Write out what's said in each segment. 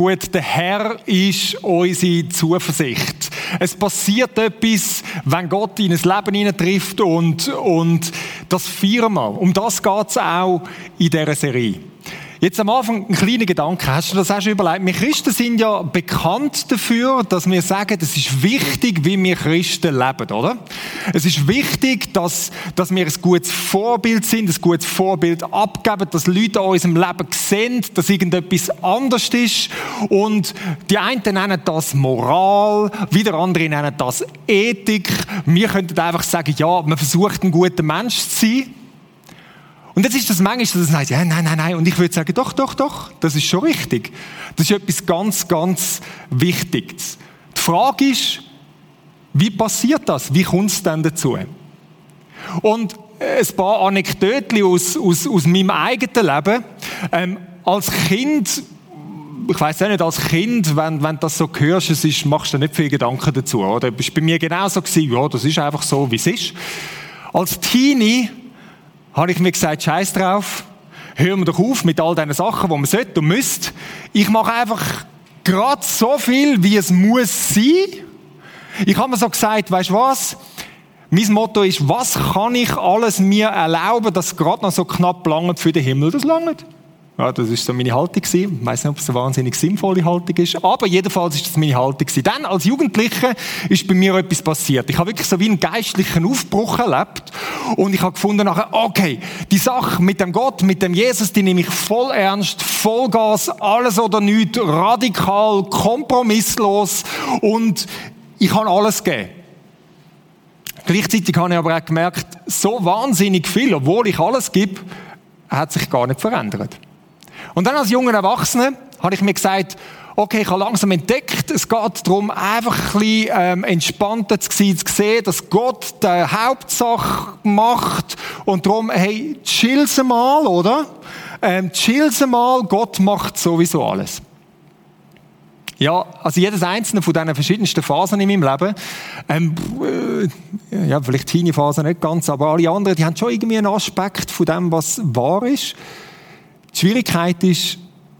gut, der Herr ist unsere Zuversicht. Es passiert etwas, wenn Gott in ein Leben hineintrifft und das viermal. Um das geht es auch in dieser Serie. Jetzt am Anfang ein kleiner Gedanke. Hast du das auch schon überlegt? Wir Christen sind ja bekannt dafür, dass wir sagen, es ist wichtig, wie wir Christen leben, oder? Es ist wichtig, dass wir ein gutes Vorbild sind, ein gutes Vorbild abgeben, dass Leute an unserem Leben sehen, dass irgendetwas anders ist. Und die einen nennen das Moral, wieder andere nennen das Ethik. Wir könnten einfach sagen, ja, man versucht, ein guter Mensch zu sein. Und jetzt ist das manchmal, dass es heißt, ja, nein. Und ich würde sagen, doch, das ist schon richtig. Das ist etwas ganz, ganz Wichtiges. Die Frage ist, wie passiert das? Wie kommt es denn dazu? Und ein paar Anekdoten aus meinem eigenen Leben. Als Kind, ich weiss auch nicht, als Kind, wenn du das so hörst, machst du nicht viel Gedanken dazu. Oder? Das war bei mir genauso gewesen, ja, das ist einfach so, wie es ist. Als Teenie habe ich mir gesagt, scheiß drauf, hören wir doch auf mit all diesen Sachen, die man sollte und müsste. Ich mache einfach gerade so viel, wie es muss sein. Ich habe mir so gesagt, weißt du was? Mein Motto ist, was kann ich alles mir erlauben, dass gerade noch so knapp langt für den Himmel? Das langt. Ja, das war so meine Haltung gewesen. Ich weiss nicht, ob es eine wahnsinnig sinnvolle Haltung ist, aber jedenfalls ist das meine Haltung gewesen. Dann, als Jugendlicher, ist bei mir etwas passiert. Ich habe wirklich so wie einen geistlichen Aufbruch erlebt und ich habe gefunden nachher, okay, die Sache mit dem Gott, mit dem Jesus, die nehme ich voll ernst, Vollgas, alles oder nichts, radikal, kompromisslos und ich kann alles geben. Gleichzeitig habe ich aber auch gemerkt, so wahnsinnig viel, obwohl ich alles gebe, hat sich gar nicht verändert. Und dann als junger Erwachsener habe ich mir gesagt, okay, ich habe langsam entdeckt, es geht darum, einfach ein bisschen entspannter zu sehen, dass Gott die Hauptsache macht und darum, hey, chill's mal, oder? Chill's mal, Gott macht sowieso alles. Ja, also jedes einzelne von diesen verschiedensten Phasen in meinem Leben, ja, vielleicht Teenie-Phase nicht ganz, aber alle anderen, die haben schon irgendwie einen Aspekt von dem, was wahr ist. Die Schwierigkeit ist,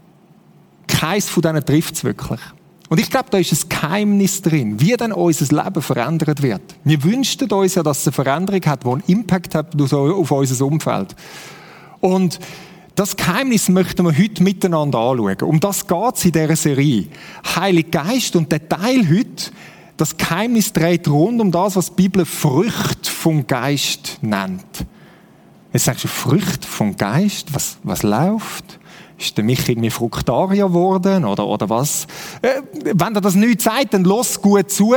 keins von denen trifft es wirklich. Und ich glaube, da ist ein Geheimnis drin, wie dann unser Leben verändert wird. Wir wünschten uns ja, dass es eine Veränderung hat, die einen Impact hat auf unser Umfeld. Und das Geheimnis möchten wir heute miteinander anschauen. Um das geht es in dieser Serie. Heiliger Geist und der Teil heute, das Geheimnis dreht rund um das, was die Bibel Früchte vom Geist nennt. Jetzt sagst du, Früchte vom Geist? Was läuft? Ist der Michi irgendwie Fruktarier geworden? Oder was? Wenn dir das nichts sagt, dann los gut zu.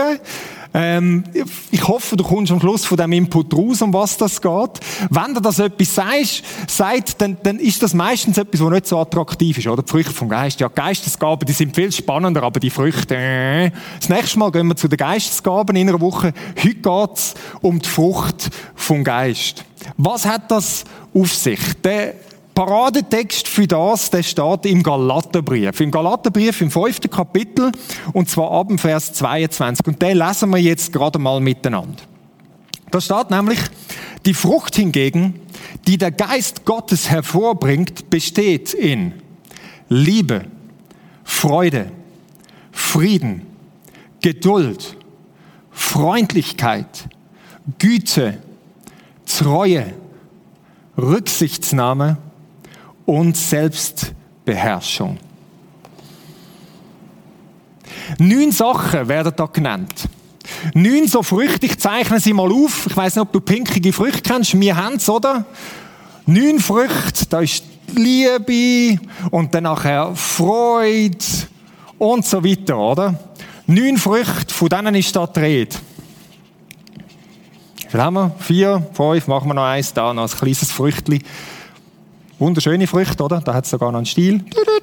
Ich hoffe, du kommst am Schluss von diesem Input raus, um was das geht. Wenn dir das etwas sagt, dann ist das meistens etwas, was nicht so attraktiv ist, oder? Die Früchte vom Geist. Ja, die Geistesgaben, die sind viel spannender, aber die Früchte, Das nächste Mal gehen wir zu den Geistesgaben in einer Woche. Heute geht es um die Frucht vom Geist. Was hat das auf sich? Der Paradetext für das, der steht im Galaterbrief. Im Galaterbrief im 5. Kapitel, und zwar ab dem Vers 22. Und den lesen wir jetzt gerade mal miteinander. Da steht nämlich, die Frucht hingegen, die der Geist Gottes hervorbringt, besteht in Liebe, Freude, Frieden, Geduld, Freundlichkeit, Güte, Treue, Rücksichtsnahme und Selbstbeherrschung. 9 Sachen werden da genannt. 9 so Früchte, ich zeichne sie mal auf. Ich weiss nicht, ob du pinkige Früchte kennst. Wir haben es, oder? 9 Früchte, da ist Liebe und dann nachher Freude und so weiter, oder? 9 Früchte, von denen ist da die Rede. Wie viel haben wir? 4, 5, machen wir noch eins, da noch ein kleines Früchtchen. Wunderschöne Früchte, oder? Da hat es sogar noch einen Stiel.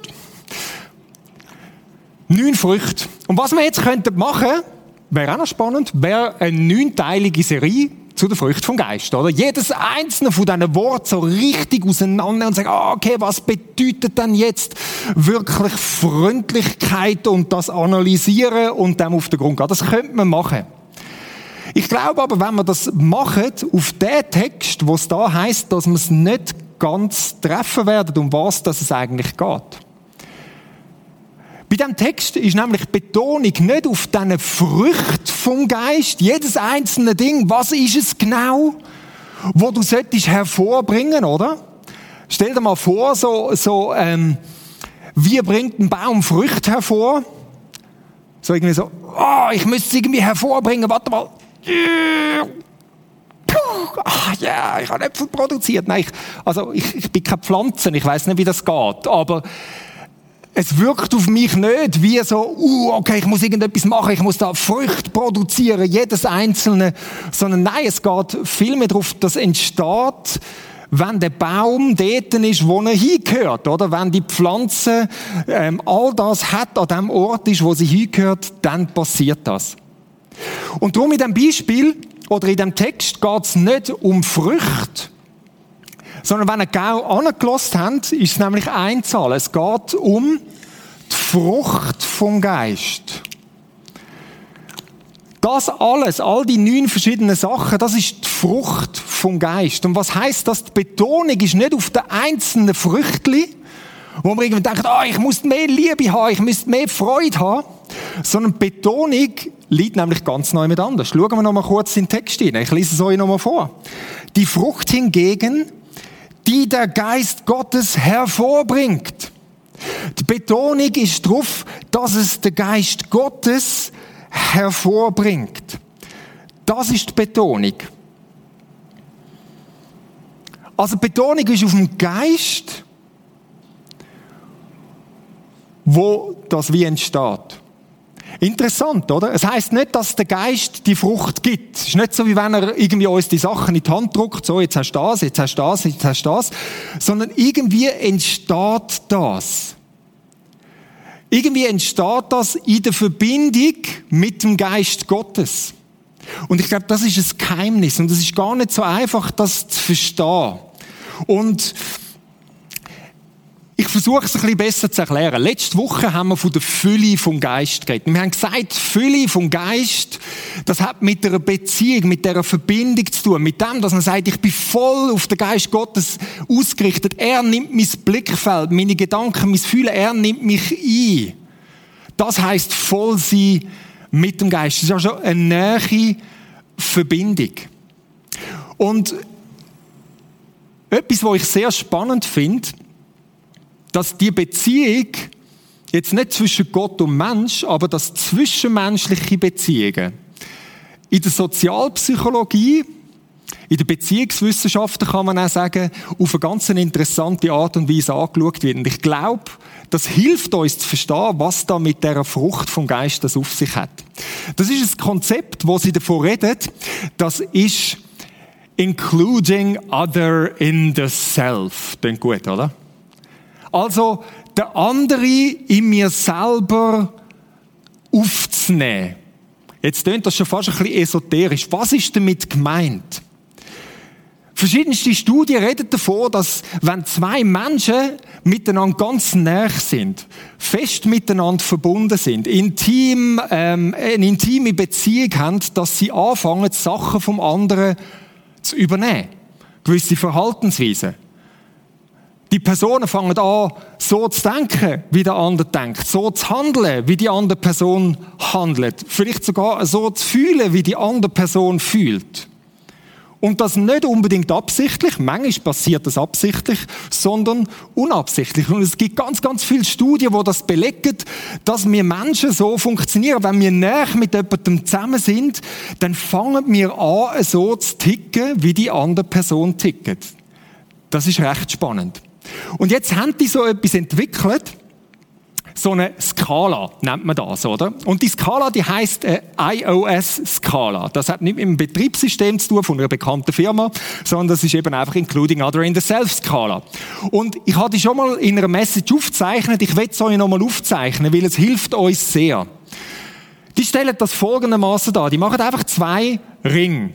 9 Früchte. Und was wir jetzt machen könnten, wäre auch noch spannend, wäre eine 9-teilige Serie zu den Früchten vom Geist, oder? Jedes einzelne von diesen Worten so richtig auseinander und sagen, okay, was bedeutet denn jetzt wirklich Freundlichkeit und das analysieren und dem auf den Grund gehen? Das könnte man machen. Ich glaube aber, wenn wir das machen, auf den Text, wo es da heisst, dass wir es nicht ganz treffen werden, um was es eigentlich geht. Bei diesem Text ist nämlich die Betonung nicht auf diesen Früchten vom Geist, jedes einzelne Ding, was ist es genau, wo du solltest hervorbringen, oder? Stell dir mal vor, wie bringt ein Baum Früchte hervor? So irgendwie so, ich müsste es irgendwie hervorbringen, warte mal. Ich habe Äpfel produziert. Nein, ich bin keine Pflanze, ich weiß nicht, wie das geht, aber es wirkt auf mich nicht wie so, okay, ich muss irgendetwas machen, ich muss da Früchte produzieren, jedes einzelne, sondern nein, es geht vielmehr darauf, dass entsteht, wenn der Baum dort ist, wo er hingehört, oder? Wenn die Pflanze all das hat, an dem Ort ist, wo sie hingehört, dann passiert das. Und darum in diesem Beispiel oder in diesem Text geht es nicht um Früchte, sondern wenn ihr genau angelassen habt, ist es nämlich eine Zahl. Es geht um die Frucht vom Geist. Das alles, all die 9 verschiedenen Sachen, das ist die Frucht vom Geist. Und was heisst das? Die Betonung ist nicht auf den einzelnen Früchtli, wo man irgendwie denkt, ich muss mehr Liebe haben, ich müsste mehr Freude haben, sondern die Betonung liegt nämlich ganz neu mit anders. Schauen wir noch mal kurz in den Text hinein. Ich lese es euch noch mal vor. Die Frucht hingegen, die der Geist Gottes hervorbringt. Die Betonung ist darauf, dass es der Geist Gottes hervorbringt. Das ist die Betonung. Also die Betonung ist auf dem Geist, wo das wie entsteht. Interessant, oder? Es heisst nicht, dass der Geist die Frucht gibt. Es ist nicht so, wie wenn er irgendwie uns die Sachen in die Hand drückt, so, jetzt hast du das, jetzt hast du das, jetzt hast du das. Sondern irgendwie entsteht das. Irgendwie entsteht das in der Verbindung mit dem Geist Gottes. Und ich glaube, das ist ein Geheimnis. Und es ist gar nicht so einfach, das zu verstehen. Und ich versuche es ein bisschen besser zu erklären. Letzte Woche haben wir von der Fülle vom Geist geredet. Wir haben gesagt, die Fülle vom Geist, das hat mit einer Beziehung, mit dieser Verbindung zu tun. Mit dem, dass man sagt, ich bin voll auf den Geist Gottes ausgerichtet. Er nimmt mein Blickfeld, meine Gedanken, mein Fühlen, er nimmt mich ein. Das heisst, voll sein mit dem Geist. Das ist ja schon eine nahe Verbindung. Und etwas, was ich sehr spannend finde, dass die Beziehung jetzt nicht zwischen Gott und Mensch, aber dass zwischenmenschliche Beziehungen in der Sozialpsychologie, in der Beziehungswissenschaften kann man auch sagen, auf eine ganz interessante Art und Weise angeschaut wird. Und ich glaube, das hilft uns zu verstehen, was da mit dieser Frucht vom Geist das auf sich hat. Das ist ein Konzept, wo sie davon redet, das ist including other in the self. Klingt gut, oder? Also, der andere in mir selber aufzunehmen. Jetzt klingt das schon fast ein bisschen esoterisch. Was ist damit gemeint? Verschiedenste Studien reden davon, dass wenn 2 Menschen miteinander ganz nah sind, fest miteinander verbunden sind, eine intime Beziehung haben, dass sie anfangen, Sachen vom anderen zu übernehmen. Gewisse Verhaltensweisen. Die Personen fangen an, so zu denken, wie der andere denkt, so zu handeln, wie die andere Person handelt, vielleicht sogar so zu fühlen, wie die andere Person fühlt. Und das nicht unbedingt absichtlich, manchmal passiert das absichtlich, sondern unabsichtlich. Und es gibt ganz, ganz viele Studien, die das belegen, dass wir Menschen so funktionieren. Wenn wir näher mit jemandem zusammen sind, dann fangen wir an, so zu ticken, wie die andere Person tickt. Das ist recht spannend. Und jetzt haben die so etwas entwickelt, so eine Skala nennt man das, oder? Und die Skala, die heisst iOS-Skala. Das hat nicht mit dem Betriebssystem zu tun von einer bekannten Firma, sondern das ist eben einfach Including Other in the Self-Skala. Und ich habe die schon mal in einer Message aufgezeichnet. Ich will es euch noch mal aufzeichnen, weil es hilft uns sehr. Die stellen das folgendermaßen dar. Die machen einfach 2 Ringe.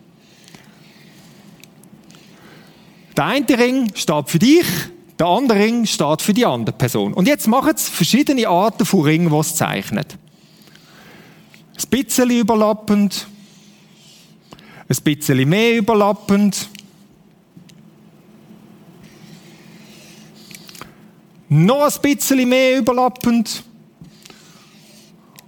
Der eine Ring steht für dich, der andere Ring steht für die andere Person. Und jetzt machen sie verschiedene Arten von Ringen, die es zeichnet. Ein bisschen überlappend, ein bisschen mehr überlappend, noch ein bisschen mehr überlappend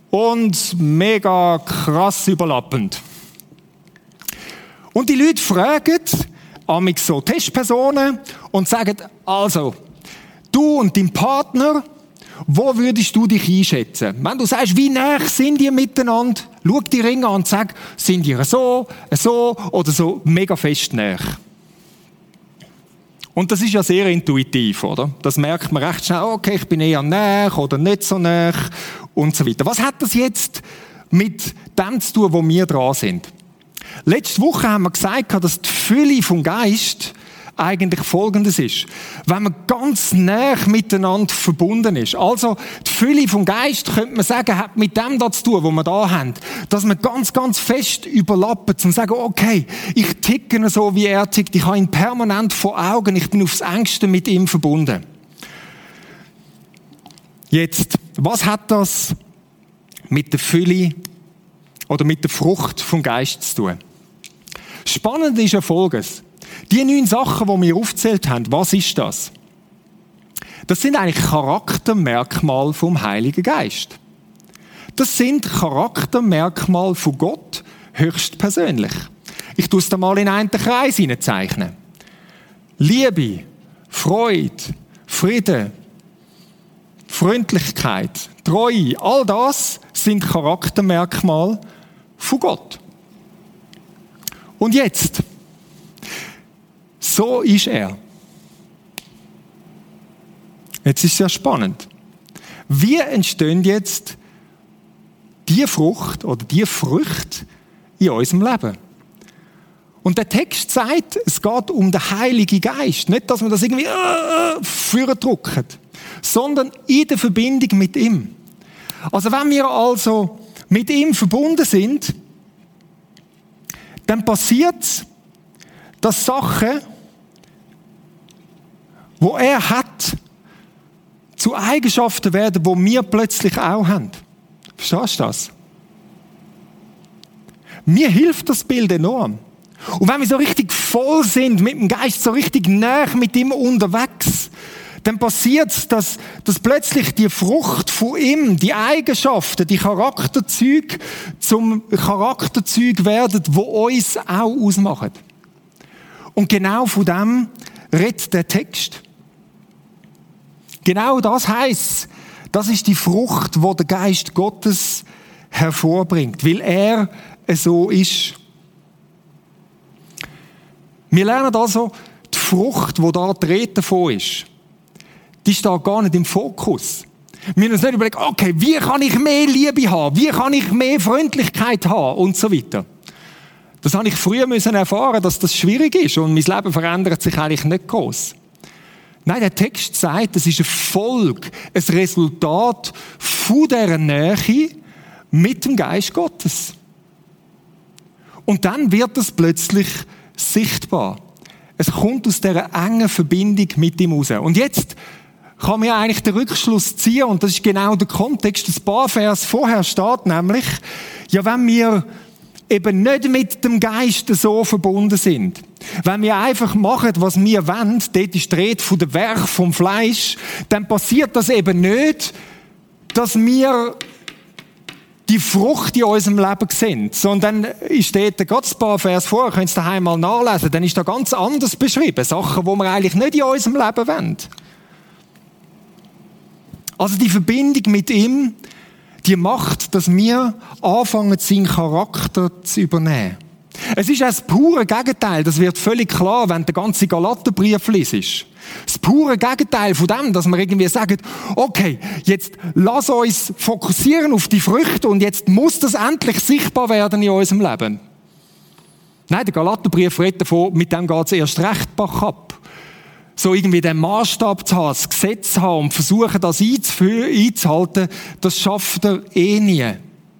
und mega krass überlappend. Und die Leute fragen amig so Testpersonen und sagen, also, du und dein Partner, wo würdest du dich einschätzen? Wenn du sagst, wie nah sind die miteinander, schau die Ringe an und sag, sind die so oder so mega fest nah? Und das ist ja sehr intuitiv, oder? Das merkt man recht schnell, okay, ich bin eher nah oder nicht so nah und so weiter. Was hat das jetzt mit dem zu tun, wo wir dran sind? Letzte Woche haben wir gesagt, dass die Fülle vom Geist eigentlich Folgendes ist. Wenn man ganz nah miteinander verbunden ist. Also, die Fülle vom Geist, könnte man sagen, hat mit dem zu tun, was wir da haben. Dass man ganz, ganz fest überlappen, zum sagen, okay, ich ticke so, wie er tickt. Ich habe ihn permanent vor Augen. Ich bin aufs Engste mit ihm verbunden. Jetzt, was hat das mit der Fülle oder mit der Frucht vom Geist zu tun? Spannend ist ja Folgendes. Die 9 Sachen, die wir aufgezählt haben, was ist das? Das sind eigentlich Charaktermerkmale vom Heiligen Geist. Das sind Charaktermerkmale von Gott höchstpersönlich. Ich tue es da mal in einen Kreis hineinzeichnen. Liebe, Freude, Friede, Freundlichkeit, Treue, all das sind Charaktermerkmale von Gott. Und jetzt, so ist er. Jetzt ist es ja spannend. Wie entstehen jetzt die Frucht oder die Früchte in unserem Leben? Und der Text sagt, es geht um den Heiligen Geist. Nicht, dass man das irgendwie vordrücken, sondern in der Verbindung mit ihm. Also wenn wir also mit ihm verbunden sind, dann passiert es, dass Sachen, wo er hat, zu Eigenschaften werden, die wir plötzlich auch haben. Verstehst du das? Mir hilft das Bild enorm. Und wenn wir so richtig voll sind mit dem Geist, so richtig nah mit ihm unterwegs, dann passiert es, dass plötzlich die Frucht von ihm, die Eigenschaften, die Charakterzüge zum Charakterzüg werden, die uns auch ausmachen. Und genau von dem redet der Text. Genau das heisst, das ist die Frucht, die der Geist Gottes hervorbringt, weil er so ist. Wir lernen also, die Frucht, die da die Rede davon ist, die steht gar nicht im Fokus. Wir müssen uns nicht überlegen, okay, wie kann ich mehr Liebe haben? Wie kann ich mehr Freundlichkeit haben? Und so weiter. Das habe ich früher erfahren, dass das schwierig ist und mein Leben verändert sich eigentlich nicht groß. Nein, der Text sagt, es ist eine Folge, ein Resultat von dieser Nähe mit dem Geist Gottes. Und dann wird es plötzlich sichtbar. Es kommt aus dieser engen Verbindung mit ihm raus. Und jetzt kann man ja eigentlich den Rückschluss ziehen, und das ist genau der Kontext, ein paar Vers vorher steht nämlich, ja, wenn wir eben nicht mit dem Geist so verbunden sind, wenn wir einfach machen, was wir wollen, dort ist die Rede von der Werk vom Fleisch, dann passiert das eben nicht, dass wir die Frucht in unserem Leben sehen, sondern ist dort gerade ein paar Vers vorher, könnt ihr daheim mal nachlesen, dann ist da ganz anders beschrieben, Sachen, die wir eigentlich nicht in unserem Leben wollen. Also die Verbindung mit ihm, die macht, dass wir anfangen, seinen Charakter zu übernehmen. Es ist das pure Gegenteil, das wird völlig klar, wenn der ganze Galaterbrief liest. Das pure Gegenteil von dem, dass wir irgendwie sagen, okay, jetzt lass uns fokussieren auf die Früchte und jetzt muss das endlich sichtbar werden in unserem Leben. Nein, der Galaterbrief redet davon, mit dem geht es erst recht bach ab. So irgendwie den Maßstab zu haben, das Gesetz zu haben und versuchen, das einzuhalten, das schafft er eh nie.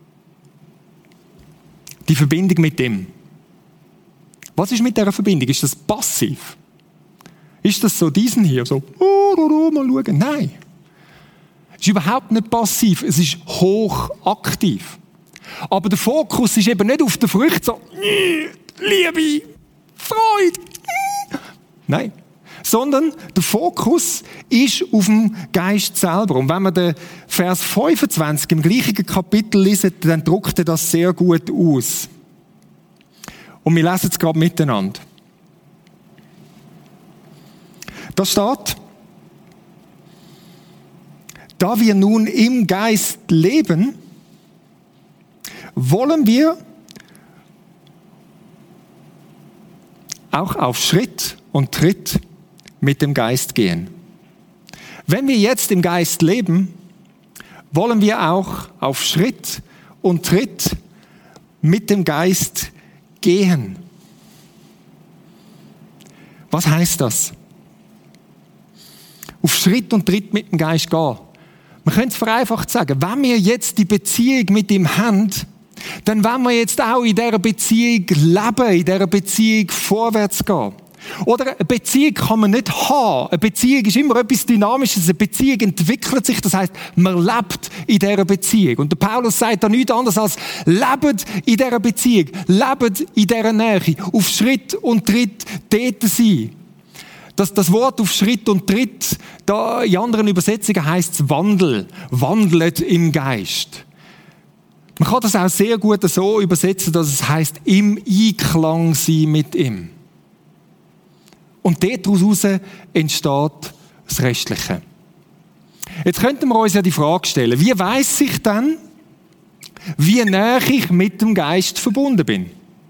Die Verbindung mit ihm. Was ist mit dieser Verbindung? Ist das passiv? Ist das so diesen hier, so, mal schauen? Nein. Es ist überhaupt nicht passiv, es ist hochaktiv. Aber der Fokus ist eben nicht auf der Frucht, so, Liebe, Freude. Nein. sondern der Fokus ist auf dem Geist selber. Und wenn wir den Vers 25 im gleichen Kapitel lesen, dann drückt er das sehr gut aus. Und wir lesen es gerade miteinander. Da steht: Da wir nun im Geist leben, wollen wir auch auf Schritt und Tritt mit dem Geist gehen. Wenn wir jetzt im Geist leben, wollen wir auch auf Schritt und Tritt mit dem Geist gehen. Was heißt das? Auf Schritt und Tritt mit dem Geist gehen. Man könnte es vereinfacht sagen, wenn wir jetzt die Beziehung mit ihm haben, dann wollen wir jetzt auch in dieser Beziehung leben, in dieser Beziehung vorwärts gehen. Oder eine Beziehung kann man nicht haben. Eine Beziehung ist immer etwas Dynamisches. Eine Beziehung entwickelt sich. Das heisst, man lebt in dieser Beziehung. Und der Paulus sagt da nichts anderes als, lebt in dieser Beziehung. Lebt in dieser Nähe. Auf Schritt und Tritt dort sein. Das Wort auf Schritt und Tritt, da in anderen Übersetzungen heisst es Wandel. Wandelt im Geist. Man kann das auch sehr gut so übersetzen, dass es heisst, im Einklang sein mit ihm. Und daraus entsteht das Restliche. Jetzt könnten wir uns ja die Frage stellen, wie weiss ich dann, wie nah ich mit dem Geist verbunden bin?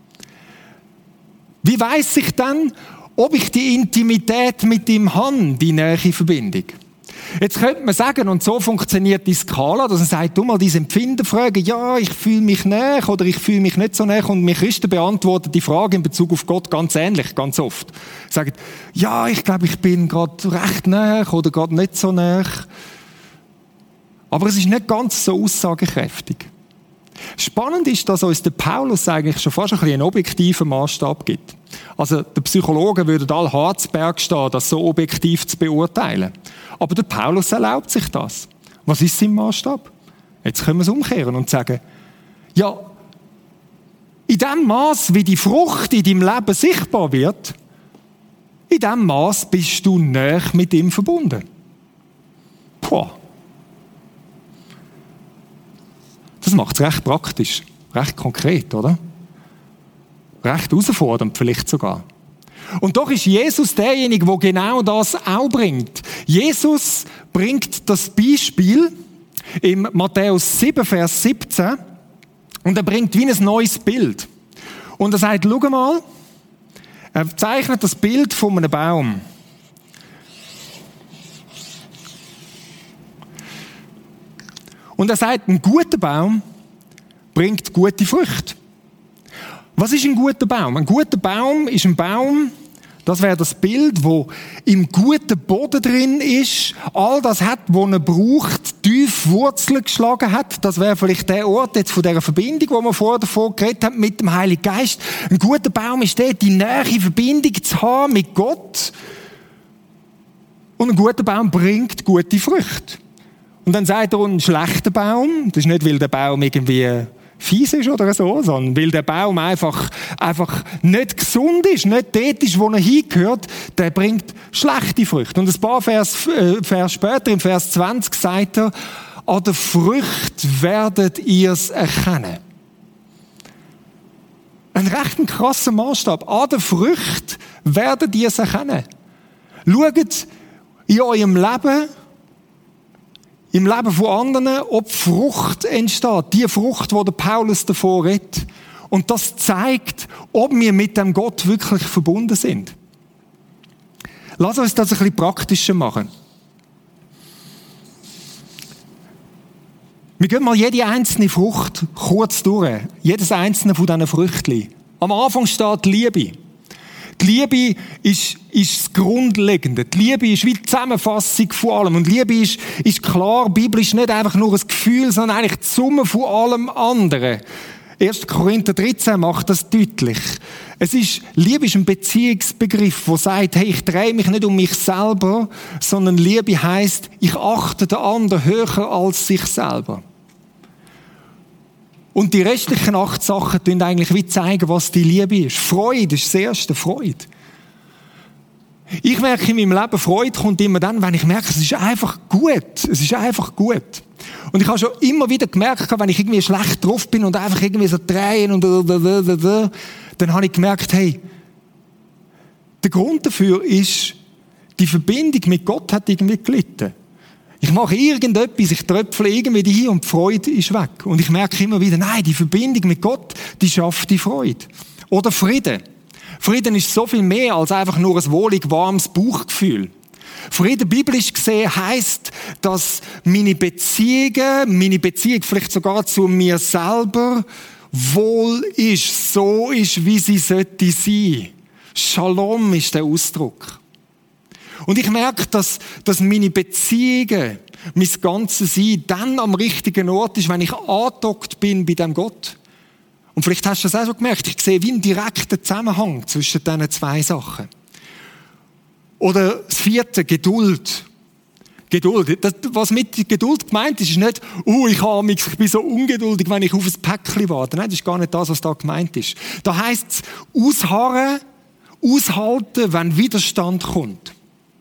Wie weiss ich dann, ob ich die Intimität mit ihm habe, die nahe Verbindung? Jetzt könnte man sagen, und so funktioniert die Skala, dass man sagt, du mal diese Empfinden fragen, ja, ich fühle mich näher oder ich fühle mich nicht so näher. Und wir Christen beantworten die Frage in Bezug auf Gott ganz ähnlich, ganz oft. Sagen, ja, ich glaube, ich bin gerade recht näher oder gerade nicht so näher. Aber es ist nicht ganz so aussagekräftig. Spannend ist, dass uns der Paulus eigentlich schon fast ein bisschen einen objektiven Maßstab gibt. Also, der Psychologen würden alle Harzberg stehen, das so objektiv zu beurteilen. Aber der Paulus erlaubt sich das. Was ist sein Maßstab? Jetzt können wir es umkehren und sagen, ja, in dem Maß, wie die Frucht in deinem Leben sichtbar wird, in dem Maß bist du näher mit ihm verbunden. Boah. Das macht es recht praktisch, recht konkret, oder? Recht herausfordernd vielleicht sogar. Und doch ist Jesus derjenige, der genau das auch bringt. Jesus bringt das Beispiel im Matthäus 7, Vers 17 und er bringt wie ein neues Bild. Und er sagt, schau mal, er zeichnet das Bild von einem Baum. Und er sagt, ein guter Baum bringt gute Früchte. Was ist ein guter Baum? Ein guter Baum ist ein Baum, das wäre das Bild, wo im guten Boden drin ist, all das hat, was er braucht, tief Wurzeln geschlagen hat. Das wäre vielleicht der Ort jetzt von dieser Verbindung, wo wir vorher davon geredet haben, mit dem Heiligen Geist. Ein guter Baum ist der, die nahe Verbindung zu haben mit Gott. Und ein guter Baum bringt gute Früchte. Und dann sagt er, ein schlechter Baum, das ist nicht, weil der Baum irgendwie fies ist oder so, sondern weil der Baum einfach nicht gesund ist, nicht dort ist, wo er hingehört, der bringt schlechte Früchte. Und ein paar Vers später, im Vers 20, sagt er, an der Frucht werdet ihr es erkennen. Ein recht krasser Maßstab. An der Frucht werdet ihr es erkennen. Schaut in eurem Leben, im Leben von anderen, ob Frucht entsteht. Die Frucht, die der Paulus davor redet. Und das zeigt, ob wir mit dem Gott wirklich verbunden sind. Lass uns das ein bisschen praktischer machen. Wir gehen mal jede einzelne Frucht kurz durch. Jedes einzelne von diesen Früchtchen. Am Anfang steht Liebe. Die Liebe ist das Grundlegende. Die Liebe ist wie die Zusammenfassung von allem. Und Liebe ist klar, biblisch nicht einfach nur ein Gefühl, sondern eigentlich die Summe von allem anderen. 1. Korinther 13 macht das deutlich. Liebe ist ein Beziehungsbegriff, der sagt, hey, ich drehe mich nicht um mich selber, sondern Liebe heisst, ich achte den anderen höher als sich selber. Und die restlichen 8 Sachen zeigen eigentlich, was die Liebe ist. Freude ist das erste, Freude. Ich merke in meinem Leben, Freude kommt immer dann, wenn ich merke, es ist einfach gut. Es ist einfach gut. Und ich habe schon immer wieder gemerkt, wenn ich irgendwie schlecht drauf bin und einfach irgendwie so drehen und dann habe ich gemerkt, hey, der Grund dafür ist, die Verbindung mit Gott hat irgendwie gelitten. Ich mache irgendetwas, ich tröpfle irgendwie hin und die Freude ist weg. Und ich merke immer wieder, nein, die Verbindung mit Gott, die schafft die Freude. Oder Frieden. Frieden ist so viel mehr als einfach nur ein wohlig warmes Bauchgefühl. Frieden, biblisch gesehen, heisst, dass meine Beziehung vielleicht sogar zu mir selber wohl ist, so ist, wie sie sollte sein. Shalom ist der Ausdruck. Und ich merke, dass meine Beziehungen, mein ganzes Sein, dann am richtigen Ort ist, wenn ich angedockt bin bei dem Gott. Und vielleicht hast du das auch schon gemerkt, ich sehe wie einen direkten Zusammenhang zwischen diesen zwei Sachen. Oder das vierte, Geduld. Geduld. Was mit Geduld gemeint ist, ist nicht, ich bin so ungeduldig, wenn ich auf ein Päckchen warte. Nein, das ist gar nicht das, was da gemeint ist. Da heisst es, ausharren, aushalten, wenn Widerstand kommt.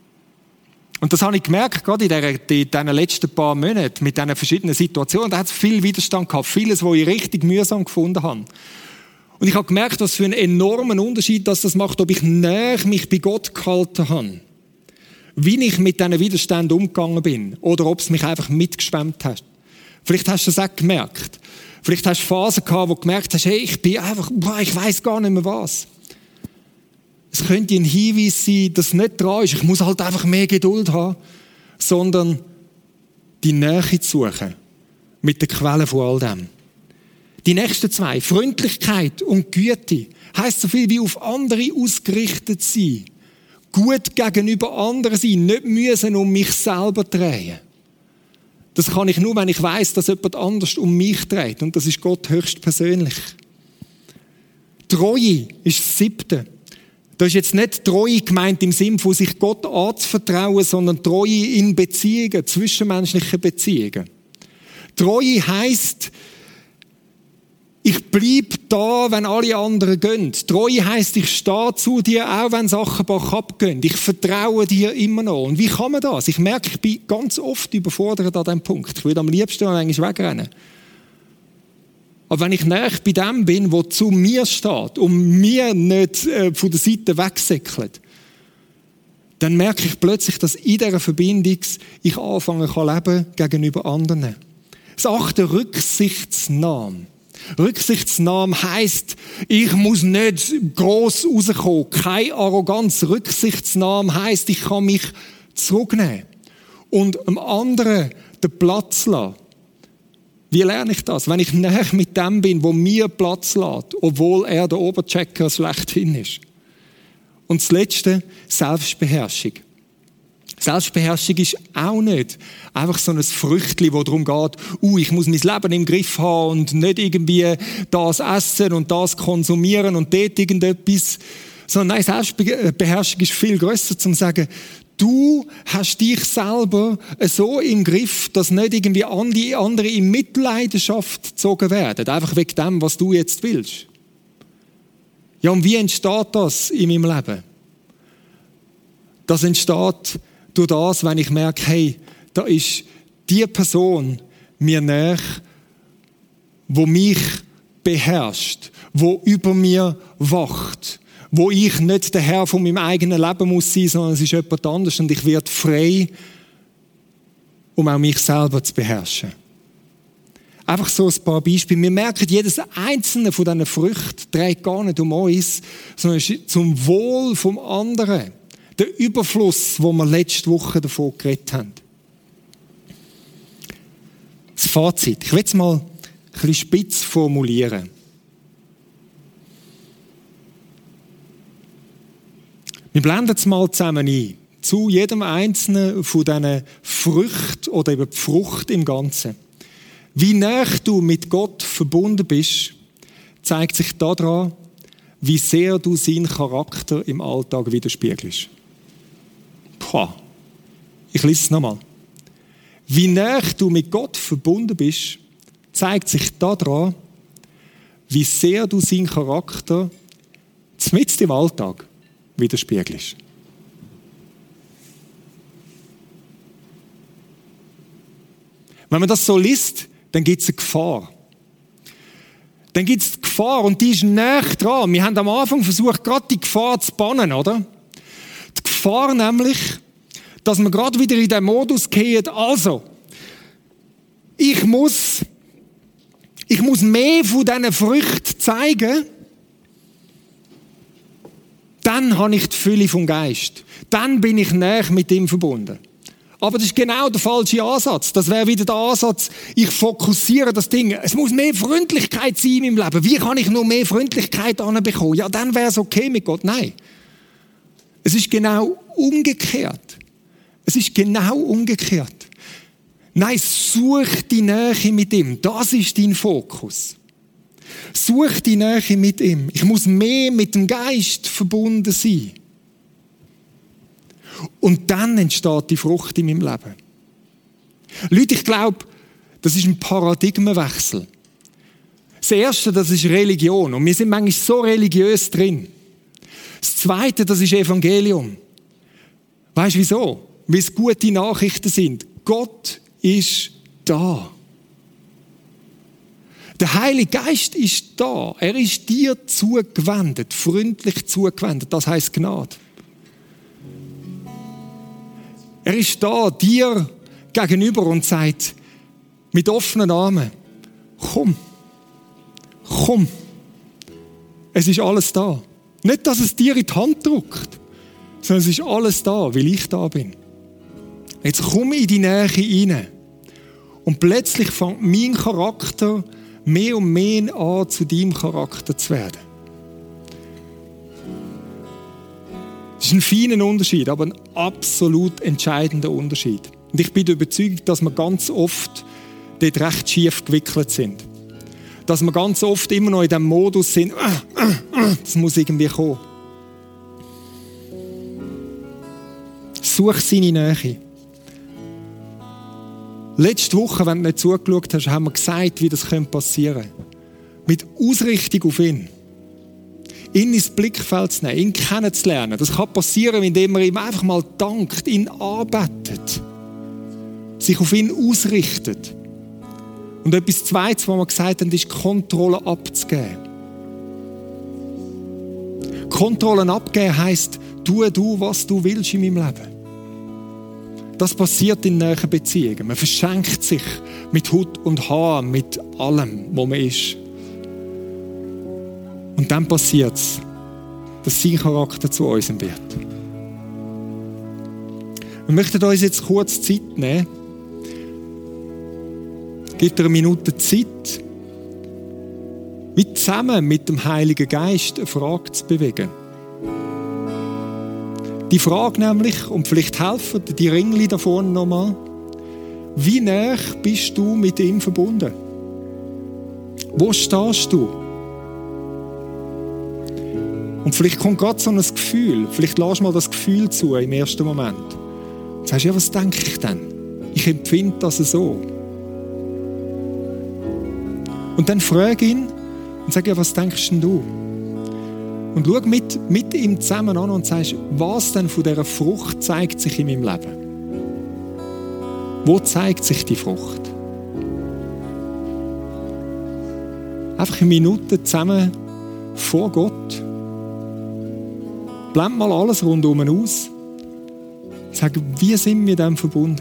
Und das habe ich gemerkt, gerade in diesen letzten paar Monaten, mit diesen verschiedenen Situationen, da hat es viel Widerstand gehabt, vieles, was ich richtig mühsam gefunden habe. Und ich habe gemerkt, was für einen enormen Unterschied das macht, ob ich näher mich bei Gott gehalten habe, wie ich mit diesen Widerständen umgegangen bin, oder ob es mich einfach mitgeschwemmt hat. Vielleicht hast du das auch gemerkt. Vielleicht hast du Phasen gehabt, wo du gemerkt hast, hey, ich bin einfach, ich weiss gar nicht mehr was. Es könnte ein Hinweis sein, dass es nicht dran ist, ich muss halt einfach mehr Geduld haben, sondern die Nähe zu suchen mit der Quelle von all dem. Die nächsten zwei, Freundlichkeit und Güte, heisst so viel wie auf andere ausgerichtet sein. Gut gegenüber anderen sein, nicht müssen um mich selber drehen. Das kann ich nur, wenn ich weiss, dass jemand anders um mich dreht. Und das ist Gott höchstpersönlich. Treue ist das siebte. Da ist jetzt nicht Treue gemeint im Sinn von sich Gott anzuvertrauen, sondern Treue in Beziehungen, zwischenmenschlichen Beziehungen. Treue heisst, ich bleibe da, wenn alle anderen gehen. Treue heisst, ich stehe zu dir, auch wenn Sachen bach abgehen. Ich vertraue dir immer noch. Und wie kann man das? Ich merke, ich bin ganz oft überfordert an diesem Punkt. Ich würde am liebsten eigentlich wegrennen. Aber wenn ich näher bei dem bin, der zu mir steht und mir nicht von der Seite wegsäckelt, dann merke ich plötzlich, dass in dieser Verbindung ich anfangen kann leben gegenüber anderen. Das achte, Rücksichtsnahme. Rücksichtsnahme heisst, ich muss nicht gross rauskommen, keine Arroganz. Rücksichtsnahme heisst, ich kann mich zurücknehmen und dem anderen den Platz lassen. Wie lerne ich das? Wenn ich näher mit dem bin, wo mir Platz lässt, obwohl er der Oberchecker schlechthin ist. Und das Letzte, Selbstbeherrschung. Selbstbeherrschung ist auch nicht einfach so ein Früchtchen, wo darum geht, ich muss mein Leben im Griff haben und nicht irgendwie das essen und das konsumieren und dort irgendetwas. Sondern nein, Selbstbeherrschung ist viel grösser, zum zu sagen, du hast dich selber so im Griff, dass nicht irgendwie andere in Mitleidenschaft gezogen werden. Einfach wegen dem, was du jetzt willst. Ja, und wie entsteht das in meinem Leben? Das entsteht durch das, wenn ich merke, hey, da ist die Person mir näher, wo mich beherrscht, wo über mir wacht, wo ich nicht der Herr von meinem eigenen Leben muss sein, sondern es ist jemand anderes und ich werde frei, um auch mich selber zu beherrschen. Einfach so ein paar Beispiele. Wir merken, jedes einzelne von diesen Früchten trägt gar nicht um uns, sondern ist zum Wohl vom anderen. Der Überfluss, wo wir letzte Woche davon geredet haben. Das Fazit. Ich will es mal ein bisschen spitz formulieren. Wir blenden es mal zusammen ein. Zu jedem einzelnen von diesen Früchten oder eben die Frucht im Ganzen. Wie näher du mit Gott verbunden bist, zeigt sich daran, wie sehr du seinen Charakter im Alltag widerspiegelst. Ich lese es nochmal. Wie näher du mit Gott verbunden bist, zeigt sich daran, wie sehr du seinen Charakter mitten im Alltag widerspiegelst. Wenn man das so liest, dann gibt es eine Gefahr. Dann gibt es die Gefahr und die ist näher dran. Wir haben am Anfang versucht, gerade die Gefahr zu bannen, oder? Die Gefahr nämlich, dass man gerade wieder in den Modus geht, also, ich muss mehr von diesen Früchten zeigen, dann habe ich die Fülle vom Geist. Dann bin ich näher mit ihm verbunden. Aber das ist genau der falsche Ansatz. Das wäre wieder der Ansatz, ich fokussiere das Ding. Es muss mehr Freundlichkeit sein in meinem Leben. Wie kann ich nur mehr Freundlichkeit anbekommen? Ja, dann wäre es okay mit Gott. Nein. Es ist genau umgekehrt. Es ist genau umgekehrt. Nein, such die Nähe mit ihm. Das ist dein Fokus. Such die Nähe mit ihm. Ich muss mehr mit dem Geist verbunden sein. Und dann entsteht die Frucht in meinem Leben. Leute, ich glaube, das ist ein Paradigmenwechsel. Das Erste, das ist Religion. Und wir sind manchmal so religiös drin. Das Zweite, das ist Evangelium. Weißt du wieso? Weil es gute Nachrichten sind. Gott ist da. Der Heilige Geist ist da. Er ist dir zugewendet, freundlich zugewendet. Das heisst Gnade. Er ist da, dir gegenüber und sagt mit offenen Armen, komm, komm. Es ist alles da. Nicht, dass es dir in die Hand drückt, sondern es ist alles da, weil ich da bin. Jetzt komm in die Nähe hinein. Und plötzlich fängt mein Charakter mehr und mehr an, zu deinem Charakter zu werden. Das ist ein feiner Unterschied, aber ein absolut entscheidender Unterschied. Und ich bin überzeugt, dass wir ganz oft dort recht schief gewickelt sind. Dass wir ganz oft immer noch in diesem Modus sind, das muss irgendwie kommen. Such seine Nähe. Letzte Woche, wenn du nicht zugeschaut hast, haben wir gesagt, wie das passieren könnte. Mit Ausrichtung auf ihn. Ihn ins Blickfeld zu nehmen, ihn kennenzulernen. Das kann passieren, indem man ihm einfach mal dankt, ihn arbeitet, sich auf ihn ausrichtet. Und etwas Zweites, was wir gesagt haben, ist Kontrolle abzugeben. Kontrollen abgeben heisst, tu du, was du willst in meinem Leben. Das passiert in nahen Beziehungen. Man verschenkt sich mit Hut und Haar, mit allem, wo man ist. Und dann passiert es, dass sein Charakter zu uns wird. Wir möchten uns jetzt kurz Zeit nehmen. Gibt eine Minute Zeit, wie zusammen mit dem Heiligen Geist eine Frage zu bewegen. Die Frage nämlich, und vielleicht helfen die Ringli da vorne nochmal, wie nah bist du mit ihm verbunden? Wo stehst du? Und vielleicht kommt gerade so ein Gefühl, vielleicht lässt mal das Gefühl zu im ersten Moment. Und sagst, ja, was denke ich denn? Ich empfinde das so. Und dann frag ihn und sag, ja, was denkst denn du? Und schau mit ihm zusammen an und sagst, was denn von dieser Frucht zeigt sich in meinem Leben? Wo zeigt sich die Frucht? Einfach eine Minute zusammen vor Gott. Blend mal alles rundum aus. Sag, wie sind wir dem verbunden?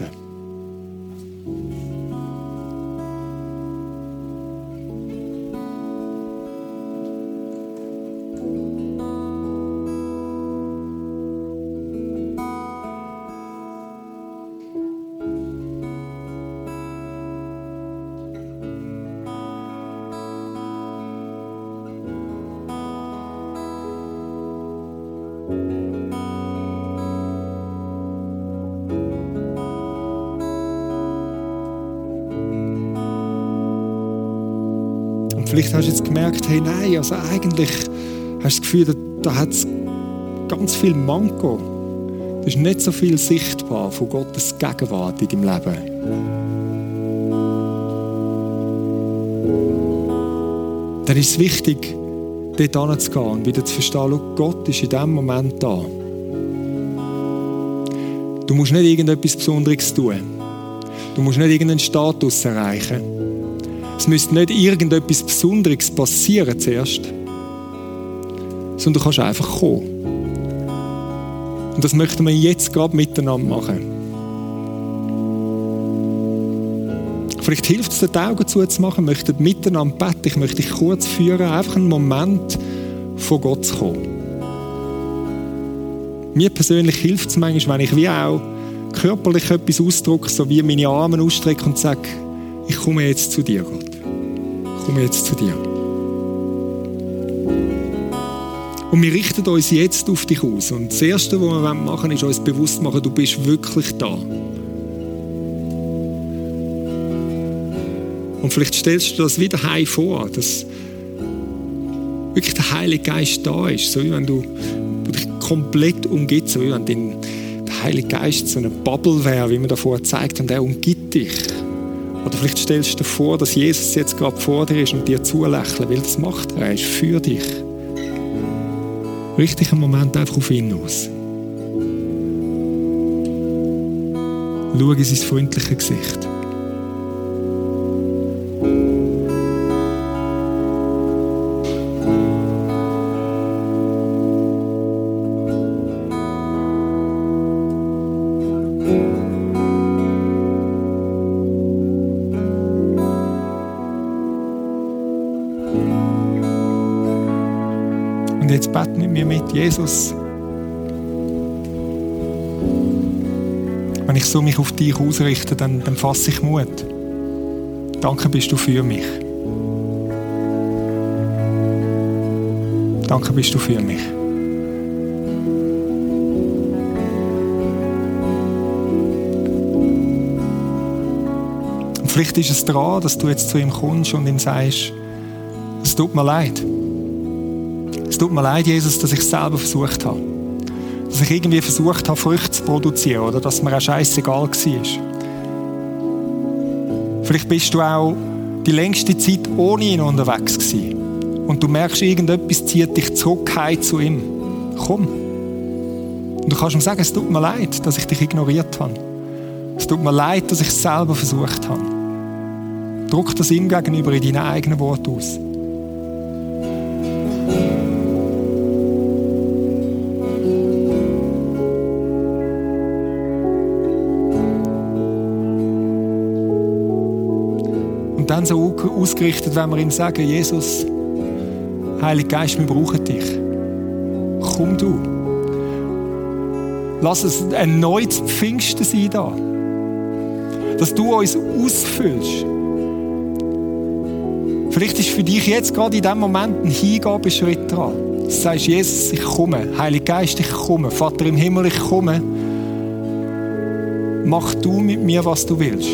Vielleicht hast du jetzt gemerkt, hey, nein, also eigentlich hast du das Gefühl, da hat es ganz viel Manko. Da ist nicht so viel sichtbar von Gottes Gegenwart in deinem Leben. Dann ist es wichtig, dort hinzugehen und wieder zu verstehen, Gott ist in diesem Moment da. Du musst nicht irgendetwas Besonderes tun. Du musst nicht irgendeinen Status erreichen. Es müsste nicht irgendetwas Besonderes passieren zuerst, sondern du kannst einfach kommen. Und das möchten wir jetzt gerade miteinander machen. Vielleicht hilft es dir, die Augen zuzumachen, möchten miteinander beten. Ich möchte dich kurz führen, einfach einen Moment vor Gott zu kommen. Mir persönlich hilft es manchmal, wenn ich wie auch körperlich etwas ausdrücke, so wie meine Arme ausstrecke und sage, ich komme jetzt zu dir, Gott. Ich komme jetzt zu dir. Und wir richten uns jetzt auf dich aus. Und das Erste, was wir machen wollen, ist uns bewusst machen, du bist wirklich da. Und vielleicht stellst du das wieder heim vor, dass wirklich der Heilige Geist da ist. So wie wenn du dich komplett umgibst, so wie wenn der Heilige Geist so eine Bubble wäre, wie man davor zeigt, und er umgibt dich. Oder vielleicht stellst du dir vor, dass Jesus jetzt gerade vor dir ist und dir zulächelt, weil das macht er ist für dich. Richtig einen Moment einfach auf ihn aus. Schau in sein freundliches Gesicht. Und jetzt bete mit mir mit, Jesus. Wenn ich so mich auf dich ausrichte, dann fasse ich Mut. Danke, bist du für mich. Danke, bist du für mich. Und vielleicht ist es dran, dass du jetzt zu ihm kommst und ihm sagst, es tut mir leid. Es tut mir leid, Jesus, dass ich es selber versucht habe. Dass ich irgendwie versucht habe, Früchte zu produzieren oder dass mir auch scheissegal war. Vielleicht bist du auch die längste Zeit ohne ihn unterwegs gewesen. Und du merkst, irgendetwas zieht dich zurück heim zu ihm. Komm. Und du kannst ihm sagen, es tut mir leid, dass ich dich ignoriert habe. Es tut mir leid, dass ich es selber versucht habe. Druck das ihm gegenüber in deinen eigenen Worten aus. Und dann so ausgerichtet, wenn wir ihm sagen, Jesus, Heiliger Geist, wir brauchen dich. Komm du. Lass es ein neues Pfingsten sein da. Dass du uns ausfüllst. Vielleicht ist für dich jetzt gerade in diesem Moment ein Hingabeschritt dran. Du sagst, Jesus, ich komme. Heiliger Geist, ich komme. Vater im Himmel, ich komme. Mach du mit mir, was du willst.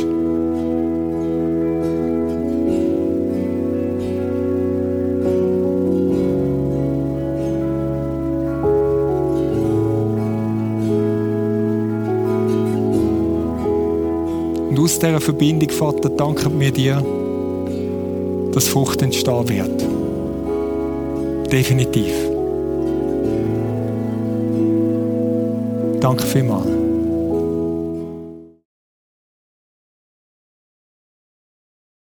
Und aus dieser Verbindung, Vater, danken wir dir, dass Frucht entstehen wird. Definitiv. Danke vielmals.